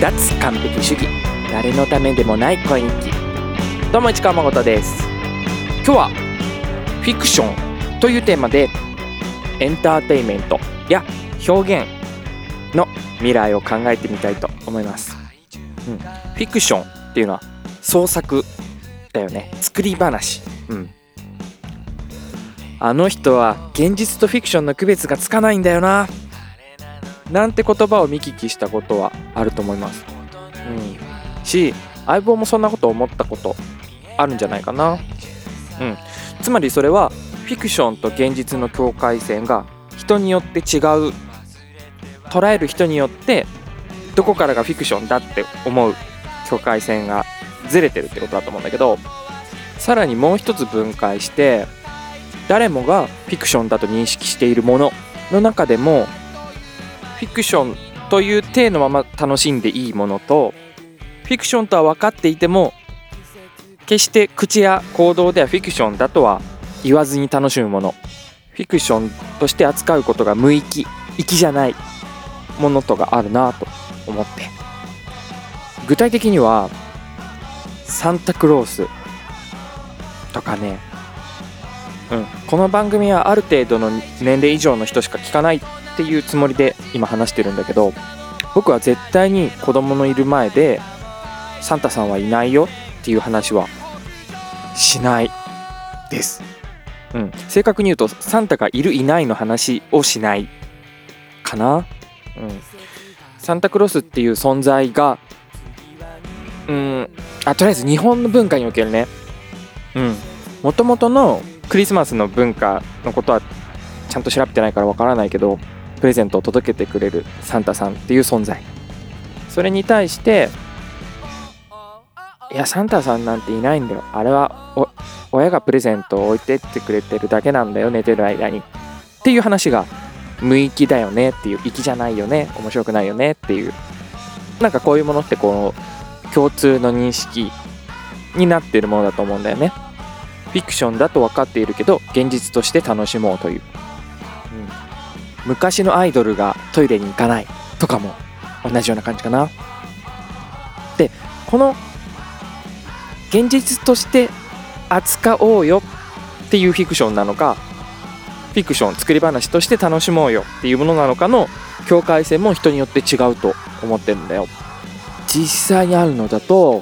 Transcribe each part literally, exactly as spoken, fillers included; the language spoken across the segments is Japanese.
脱完璧主義、誰のためでもない恋日記。どうも市川誠です。今日はフィクションというテーマでエンターテインメントや表現の未来を考えてみたいと思います、うん、フィクションっていうのは創作だよね。作り話、うん、あの人は現実とフィクションの区別がつかないんだよななんて言葉を見聞きしたことはあると思います、うん、し相棒もそんなこと思ったことあるんじゃないかな、うん、つまりそれはフィクションと現実の境界線が人によって違う、捉える人によってどこからがフィクションだって思う境界線がずれてるってことだと思うんだけど、さらにもう一つ分解して誰もがフィクションだと認識しているものの中でもフィクションという体のまま楽しんでいいものと、フィクションとは分かっていても決して口や行動ではフィクションだとは言わずに楽しむもの、フィクションとして扱うことが無意識、粋じゃないものとがあるなと思って、具体的にはサンタクロースとかね、うん、この番組はある程度の年齢以上の人しか聞かないっていうつもりで今話してるんだけど、僕は絶対に子供のいる前でサンタさんはいないよっていう話はしないです、うん、正確に言うとサンタがいるいないの話をしないかな、うん、サンタクロースっていう存在がうんあとりあえず日本の文化におけるね、もともとのクリスマスの文化のことはちゃんと調べてないからわからないけど、プレゼントを届けてくれるサンタさんっていう存在、それに対していやサンタさんなんていないんだよ、あれはお親がプレゼントを置いてってくれてるだけなんだよ寝てる間にっていう話が無意識だよねっていう、粋じゃないよね、面白くないよねっていう、なんかこういうものってこう共通の認識になっているものだと思うんだよね。フィクションだと分かっているけど現実として楽しもうという、うん、昔のアイドルがトイレに行かないとかも同じような感じかな。でこの現実として扱おうよっていうフィクションなのか、フィクション作り話として楽しもうよっていうものなのかの境界線も人によって違うと思ってるんだよ。実際にあるのだと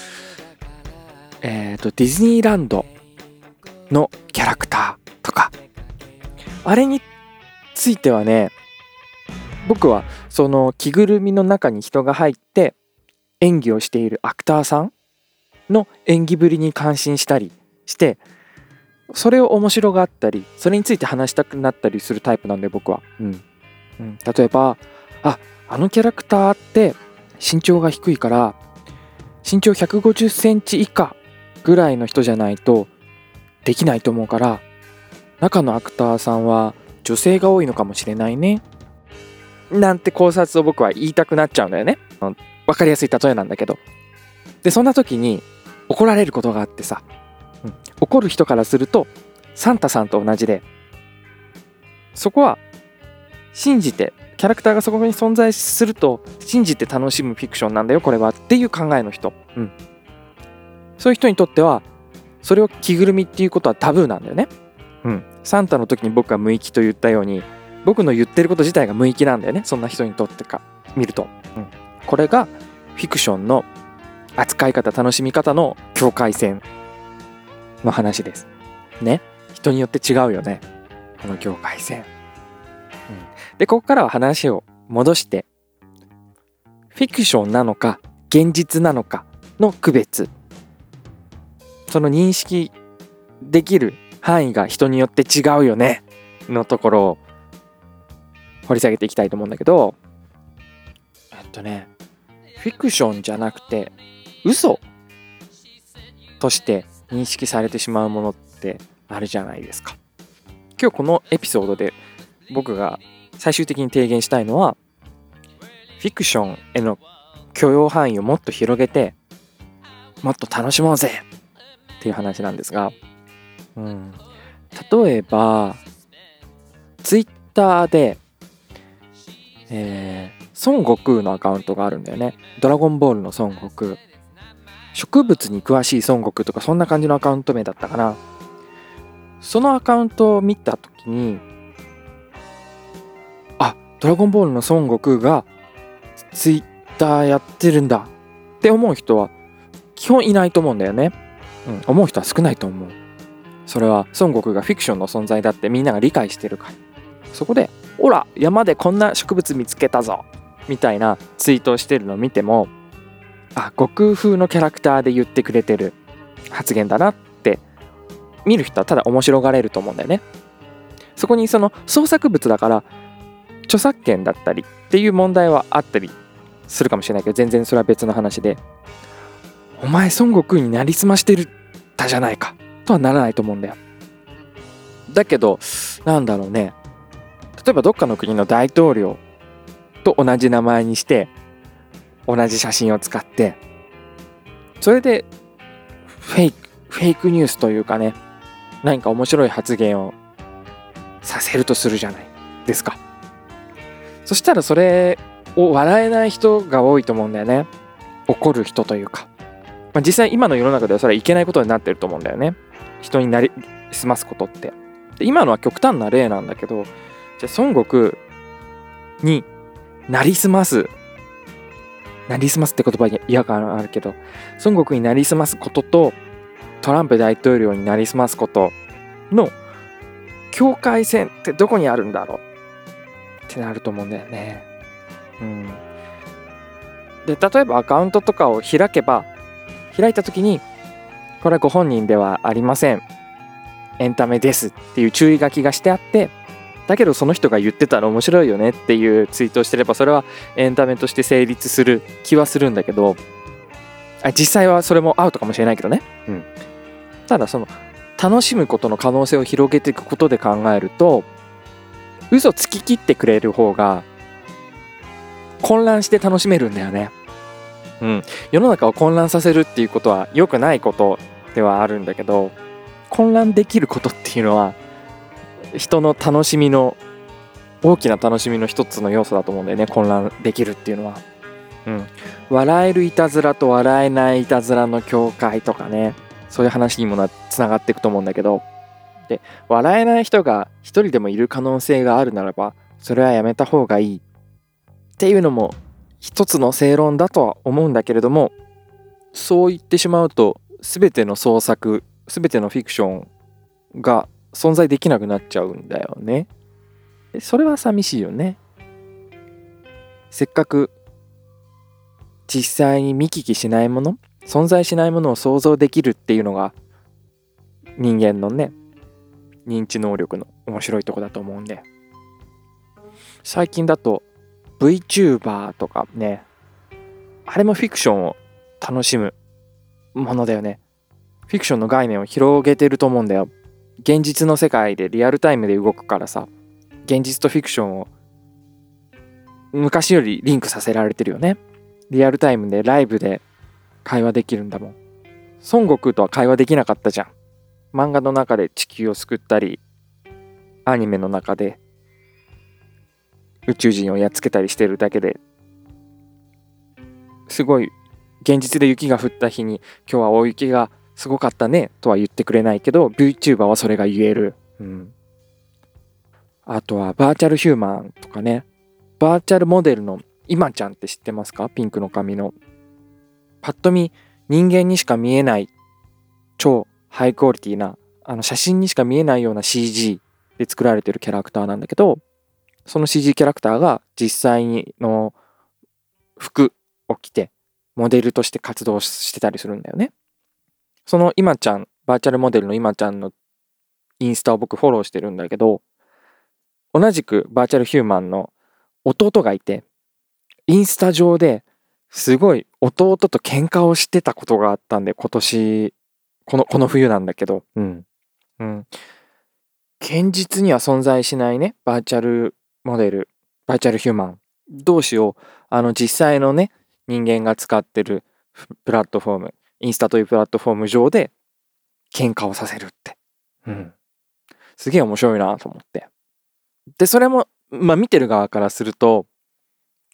えーとディズニーランドのキャラクターとか、あれについてはね、僕はその着ぐるみの中に人が入って演技をしているアクターさんの演技ぶりに感心したりして、それを面白がったりそれについて話したくなったりするタイプなんで僕は、うんうん、例えばああのキャラクターって身長が低いから身長ひゃくごじゅっセンチ以下ぐらいの人じゃないとできないと思うから、中のアクターさんは女性が多いのかもしれないねなんて考察を僕は言いたくなっちゃうんだよね。分かりやすい例えなんだけど、でそんな時に怒られることがあってさ、うん、怒る人からするとサンタさんと同じで、そこは信じてキャラクターがそこに存在すると信じて楽しむフィクションなんだよこれはっていう考えの人、うん、そういう人にとってはそれを着ぐるみっていうことはタブーなんだよね、うん、サンタの時に僕が無意識と言ったように僕の言ってること自体が無意識なんだよね、そんな人にとってか見ると、うん、これがフィクションの扱い方楽しみ方の境界線の話ですね。人によって違うよねこの境界線、うん、でここからは話を戻してフィクションなのか現実なのかの区別、その認識できる範囲が人によって違うよねのところを掘り下げていきたいと思うんだけど、えっとねフィクションじゃなくて嘘として認識されてしまうものってあるじゃないですか。今日このエピソードで僕が最終的に提言したいのはフィクションへの許容範囲をもっと広げてもっと楽しもうぜっていう話なんですが、うん、例えばツイッターで、えー、 孫悟空のアカウントがあるんだよね。ドラゴンボールの孫悟空、植物に詳しい孫悟空とかそんな感じのアカウント名だったかな。そのアカウントを見たときに、あ、ドラゴンボールの孫悟空がツイッターやってるんだって思う人は基本いないと思うんだよね。うん、思う人は少ないと思う。それは孫悟空がフィクションの存在だってみんなが理解してるから。そこで「ほら山でこんな植物見つけたぞ」みたいなツイートをしてるのを見ても、あ、悟空風のキャラクターで言ってくれてる発言だなって見る人はただ面白がれると思うんだよね。そこにその創作物だから著作権だったりっていう問題はあったりするかもしれないけど、全然それは別の話で、お前孫悟空になりすましてるたじゃないかとはならないと思うんだよ。だけどなんだろうね、例えばどっかの国の大統領と同じ名前にして同じ写真を使って、それでフェイクフェイクニュースというかね、何か面白い発言をさせるとするじゃないですか。そしたらそれを笑えない人が多いと思うんだよね。怒る人というか、まあ、実際今の世の中ではそれはいけないことになってると思うんだよね。人になりすますことって。で今のは極端な例なんだけど、じゃあ孫悟空になりすますなりすますって言葉に嫌感あるけど、孫悟空になりすますこととトランプ大統領になりすますことの境界線ってどこにあるんだろうってなると思うんだよね。うん。で例えばアカウントとかを開けば、開いた時にこれはご本人ではありません、エンタメですっていう注意書きがしてあって、だけどその人が言ってたら面白いよねっていうツイートをしてれば、それはエンタメとして成立する気はするんだけど、実際はそれもアウトかもしれないけどね。うん。ただその楽しむことの可能性を広げていくことで考えると、嘘つき切ってくれる方が混乱して楽しめるんだよね。うん。世の中を混乱させるっていうことは良くないことではあるんだけど、混乱できることっていうのは人の楽しみの大きな楽しみの一つの要素だと思うんだよね。混乱できるっていうのは。うん。笑えるいたずらと笑えないいたずらの境界とかね、そういう話にもなつながっていくと思うんだけど、で笑えない人が一人でもいる可能性があるならば、それはやめた方がいいっていうのも一つの正論だとは思うんだけれども、そう言ってしまうと全ての創作、全てのフィクションが存在できなくなっちゃうんだよね。それは寂しいよね。せっかく実際に見聞きしないもの、存在しないものを想像できるっていうのが人間のね、認知能力の面白いとこだと思うんで、最近だと VTuber とかね、あれもフィクションを楽しむものだよね。フィクションの概念を広げてると思うんだよ。現実の世界でリアルタイムで動くからさ、現実とフィクションを昔よりリンクさせられてるよね。リアルタイムでライブで会話できるんだもん。孫悟空とは会話できなかったじゃん。漫画の中で地球を救ったり、アニメの中で宇宙人をやっつけたりしてるだけで、すごい現実で雪が降った日に今日は大雪がすごかったねとは言ってくれないけど、 VTuber はそれが言える。うん。あとはバーチャルヒューマンとかね、バーチャルモデルの今ちゃんって知ってますか？ピンクの髪の、パッと見人間にしか見えない超ハイクオリティな、あの写真にしか見えないような シージー で作られてるキャラクターなんだけど、その シージー キャラクターが実際の服を着てモデルとして活動してたりするんだよね。その今ちゃん、バーチャルモデルの今ちゃんのインスタを僕フォローしてるんだけど、同じくバーチャルヒューマンの弟がいて、インスタ上ですごい弟と喧嘩をしてたことがあったんで、今年このこの冬なんだけど、うんうん、現実には存在しないね、バーチャルモデル、バーチャルヒューマン同士をあの実際のね人間が使ってるプラットフォーム、インスタというプラットフォーム上で喧嘩をさせるって、うん、すげえ面白いなと思って。でそれもまあ見てる側からすると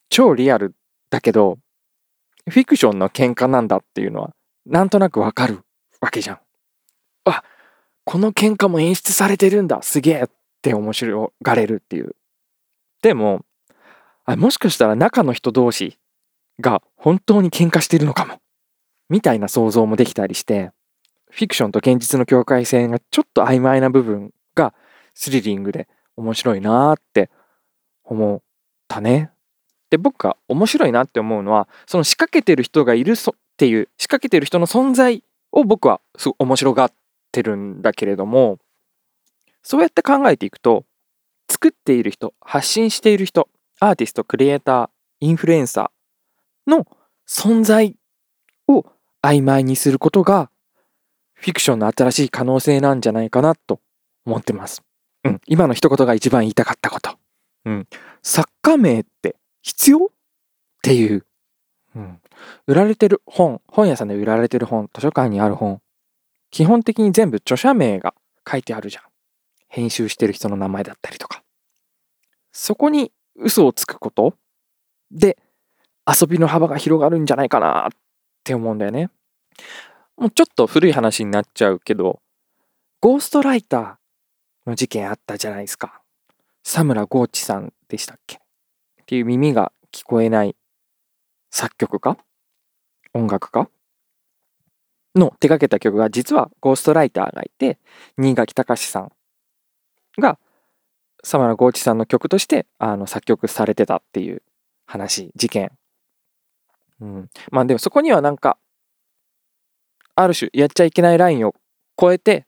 超リアルだけどフィクションの喧嘩なんだっていうのはなんとなくわかるわけじゃん。あ、この喧嘩も演出されてるんだ、すげえって面白がれるっていう。でもあ、もしかしたら中の人同士が本当に喧嘩してるのかもみたいな想像もできたりして、フィクションと現実の境界線がちょっと曖昧な部分がスリリングで面白いなーって思ったね。で、僕が面白いなって思うのは、その仕掛けてる人がいるそっていう仕掛けてる人の存在を僕はすごい面白がってるんだけれども、そうやって考えていくと、作っている人、発信している人、アーティスト、クリエイター、インフルエンサーの存在を曖昧にすることがフィクションの新しい可能性なんじゃないかなと思ってます。うん、今の一言が一番言いたかったこと。うん、作家名って必要っていう、うん、売られてる本、本屋さんで売られてる本、図書館にある本、基本的に全部著者名が書いてあるじゃん。編集してる人の名前だったりとか。そこに嘘をつくことで遊びの幅が広がるんじゃないかなって思うんだよね。もうちょっと古い話になっちゃうけど、ゴーストライターの事件あったじゃないですか。佐村豪地さんでしたっけっていう耳が聞こえない作曲家音楽家の手掛けた曲が実はゴーストライターがいて、新垣隆さんが佐村豪地さんの曲としてあの作曲されてたっていう話、事件。うん、まあでもそこにはなんかある種やっちゃいけないラインを超えて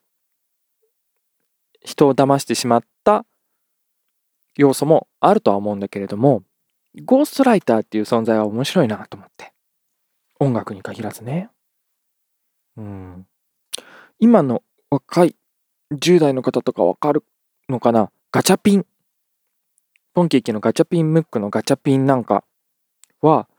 人を騙してしまった要素もあるとは思うんだけれども、ゴーストライターっていう存在は面白いなと思って。音楽に限らずね。うん。今の若いじゅう代の方とかわかるのかな。ガチャピン。ポンキッキのガチャピンムックのガチャピンなんかは、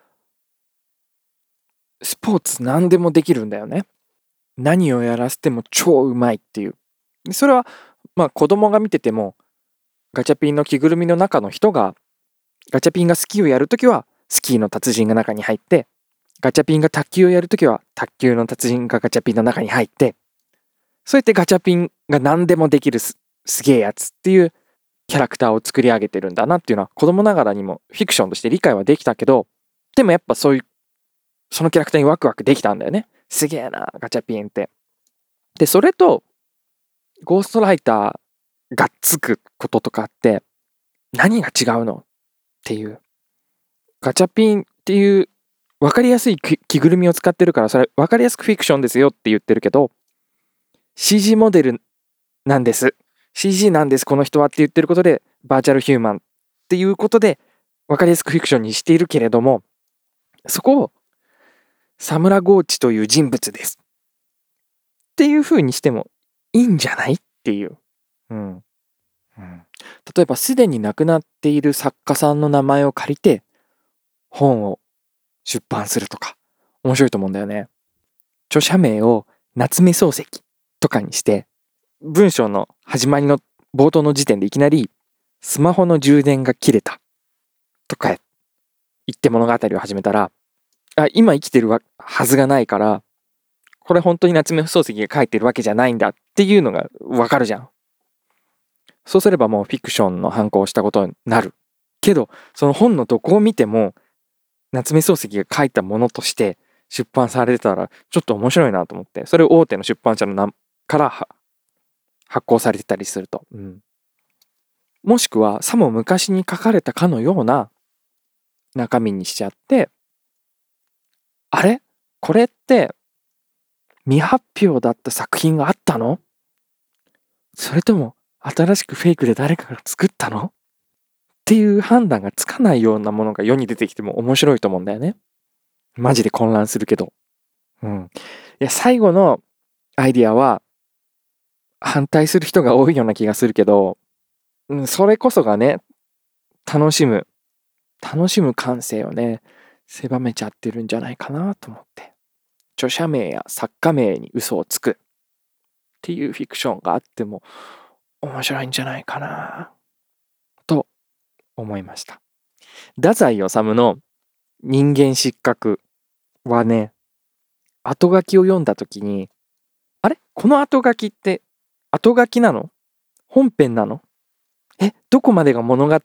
スポーツ何でもできるんだよね。何をやらせても超うまいっていう。それは、まあ子供が見てても、ガチャピンの着ぐるみの中の人が、ガチャピンがスキーをやるときは、スキーの達人が中に入って、ガチャピンが卓球をやるときは、卓球の達人がガチャピンの中に入って、そうやってガチャピンが何でもできる す, すげえやつっていうキャラクターを作り上げてるんだなっていうのは子供ながらにもフィクションとして理解はできたけど、でもやっぱそういうそのキャラクターにワクワクできたんだよね。すげえなガチャピンって。でそれとゴーストライターがっつくこととかって何が違うのっていう。ガチャピンっていう分かりやすい着ぐるみを使ってるからそれ分かりやすくフィクションですよって言ってるけど、 シージー モデルなんです、 シージー なんですこの人はって言ってることでバーチャルヒューマンっていうことで分かりやすくフィクションにしているけれども、そこをサムラゴーチという人物ですっていう風にしてもいいんじゃないっていう、うんうん、例えばすでに亡くなっている作家さんの名前を借りて本を出版するとか面白いと思うんだよね。著者名を夏目漱石とかにして文章の始まりの冒頭の時点でいきなりスマホの充電が切れたとか言って物語を始めたら、あ今生きてるはずがないからこれ本当に夏目漱石が書いてるわけじゃないんだっていうのがわかるじゃん。そうすればもうフィクションの反抗をしたことになるけど、その本のどこを見ても夏目漱石が書いたものとして出版されてたらちょっと面白いなと思って、それを大手の出版社のなから発行されてたりすると、うん、もしくはさも昔に書かれたかのような中身にしちゃって、あれこれって未発表だった作品があったの？それとも新しくフェイクで誰かが作ったの？っていう判断がつかないようなものが世に出てきても面白いと思うんだよね。マジで混乱するけど。うん。いや、最後のアイディアは反対する人が多いような気がするけど、うん、それこそがね、楽しむ、楽しむ感性をね、狭めちゃってるんじゃないかなと思って。著者名や作家名に嘘をつくっていうフィクションがあっても面白いんじゃないかなと思いました。 太宰治の人間失格はね、後書きを読んだ時に、あれこの後書きって後書きなの？本編なの？え、どこまでが物語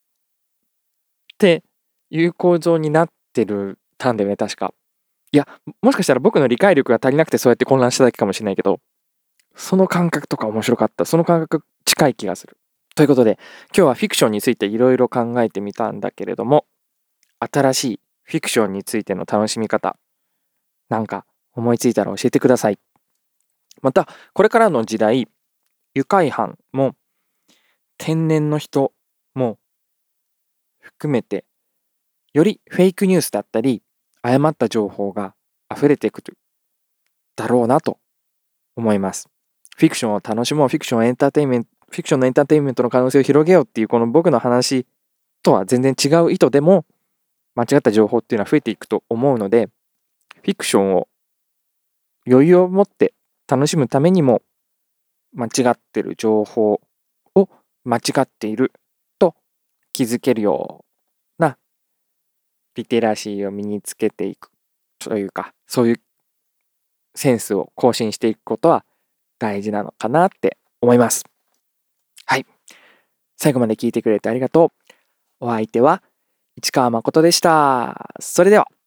っていう構造になってるたんだよね、確か。いや、もしかしたら僕の理解力が足りなくてそうやって混乱しただけかもしれないけど、その感覚とか面白かった。その感覚近い気がする。ということで、今日はフィクションについていろいろ考えてみたんだけれども、新しいフィクションについての楽しみ方、なんか思いついたら教えてください。また、これからの時代、愉快犯も天然の人も含めて、よりフェイクニュースだったり、誤った情報が溢れていくだろうなと思います。フィクションを楽しもう、フィクションエンターテインメント、フィクションのエンターテインメントの可能性を広げようっていうこの僕の話とは全然違う意図でも間違った情報っていうのは増えていくと思うので、フィクションを余裕を持って楽しむためにも間違ってる情報を間違っていると気づけるようなリテラシーを身につけていくというか、そういうセンスを更新していくことは大事なのかなって思います。はい。最後まで聞いてくれてありがとう。お相手は市川誠でした。それでは。